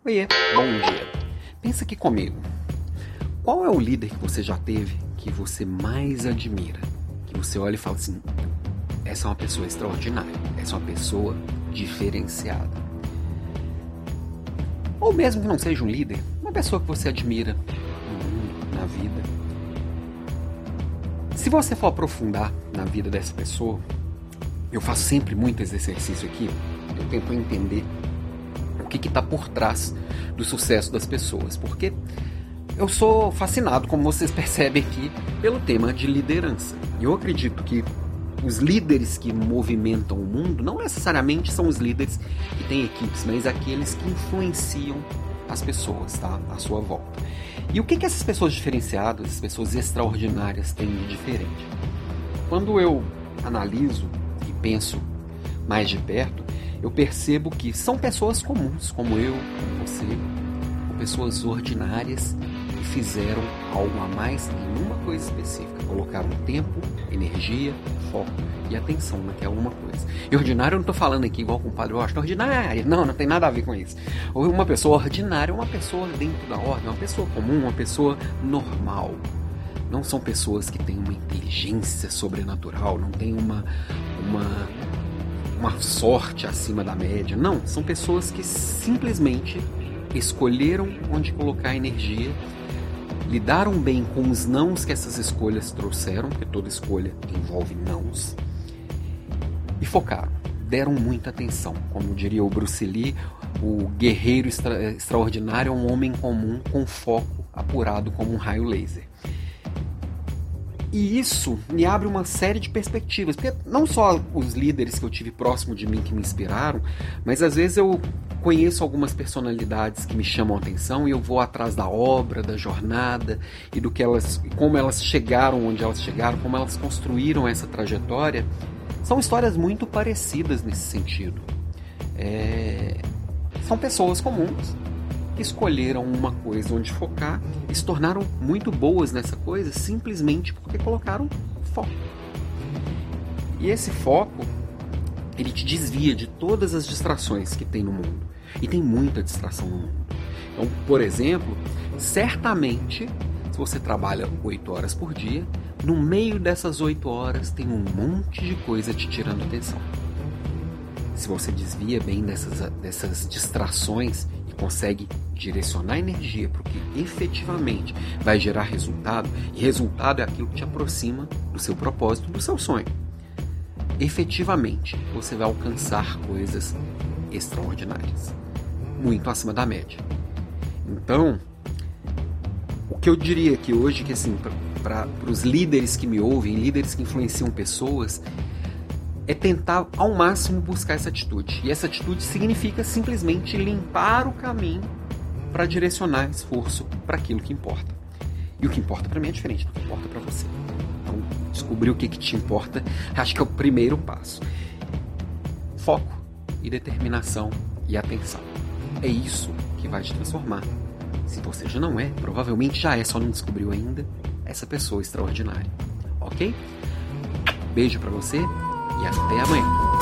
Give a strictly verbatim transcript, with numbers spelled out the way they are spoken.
Oiê, bom dia. Pensa aqui comigo. Qual é o líder que você já teve que você mais admira? Que você olha e fala assim, essa é uma pessoa extraordinária, essa é uma pessoa diferenciada. Ou mesmo que não seja um líder, uma pessoa que você admira no mundo, na vida. Se você for aprofundar na vida dessa pessoa, eu faço sempre muito esse exercício aqui, eu tento entender o que está por trás do sucesso das pessoas, porque eu sou fascinado, como vocês percebem aqui, pelo tema de liderança. E eu acredito que os líderes que movimentam o mundo não necessariamente são os líderes que têm equipes, mas aqueles que influenciam as pessoas, tá? À sua volta. E o que, que essas pessoas diferenciadas, essas pessoas extraordinárias têm de diferente? Quando eu analiso e penso mais de perto, eu percebo que são pessoas comuns, como eu, como você, ou pessoas ordinárias que fizeram algo a mais em uma coisa específica. Colocaram tempo, energia, foco e atenção naquela uma coisa. E ordinário eu não estou falando aqui igual com o Padre Washington, ordinária, não, não tem nada a ver com isso. Uma pessoa ordinária é uma pessoa dentro da ordem, uma pessoa comum, uma pessoa normal. Não são pessoas que têm uma inteligência sobrenatural, não têm uma, uma, uma sorte acima da média. Não, são pessoas que simplesmente escolheram onde colocar energia, lidaram bem com os nãos que essas escolhas trouxeram, porque toda escolha envolve nãos, e focaram, deram muita atenção. Como diria o Bruce Lee, o guerreiro extra, extraordinário é um homem comum com foco apurado como um raio laser. E isso me abre uma série de perspectivas, porque não só os líderes que eu tive próximo de mim que me inspiraram, mas às vezes eu conheço algumas personalidades que me chamam a atenção e eu vou atrás da obra, da jornada e do que elas, como elas chegaram onde elas chegaram, como elas construíram essa trajetória. São histórias muito parecidas nesse sentido. É... São pessoas comuns que escolheram uma coisa onde focar e se tornaram muito boas nessa coisa simplesmente porque colocaram foco. E esse foco, ele te desvia de todas as distrações que tem no mundo. E tem muita distração no mundo. Então, por exemplo, certamente, se você trabalha oito horas por dia, no meio dessas oito horas tem um monte de coisa te tirando atenção. Se você desvia bem dessas, dessas distrações e consegue direcionar energia para o que efetivamente vai gerar resultado, e resultado é aquilo que te aproxima do seu propósito, do seu sonho, efetivamente você vai alcançar coisas extraordinárias, muito acima da média. Então, o que eu diria aqui hoje, que assim, para os líderes que me ouvem, líderes que influenciam pessoas, é tentar ao máximo buscar essa atitude. E essa atitude significa simplesmente limpar o caminho para direcionar esforço para aquilo que importa. E o que importa para mim é diferente do que importa para você. Então, descobrir o que, que te importa, acho que é o primeiro passo. Foco e determinação e atenção. É isso que vai te transformar. Se você já não é, provavelmente já é, só não descobriu ainda, essa pessoa extraordinária. Ok? Beijo para você e até amanhã.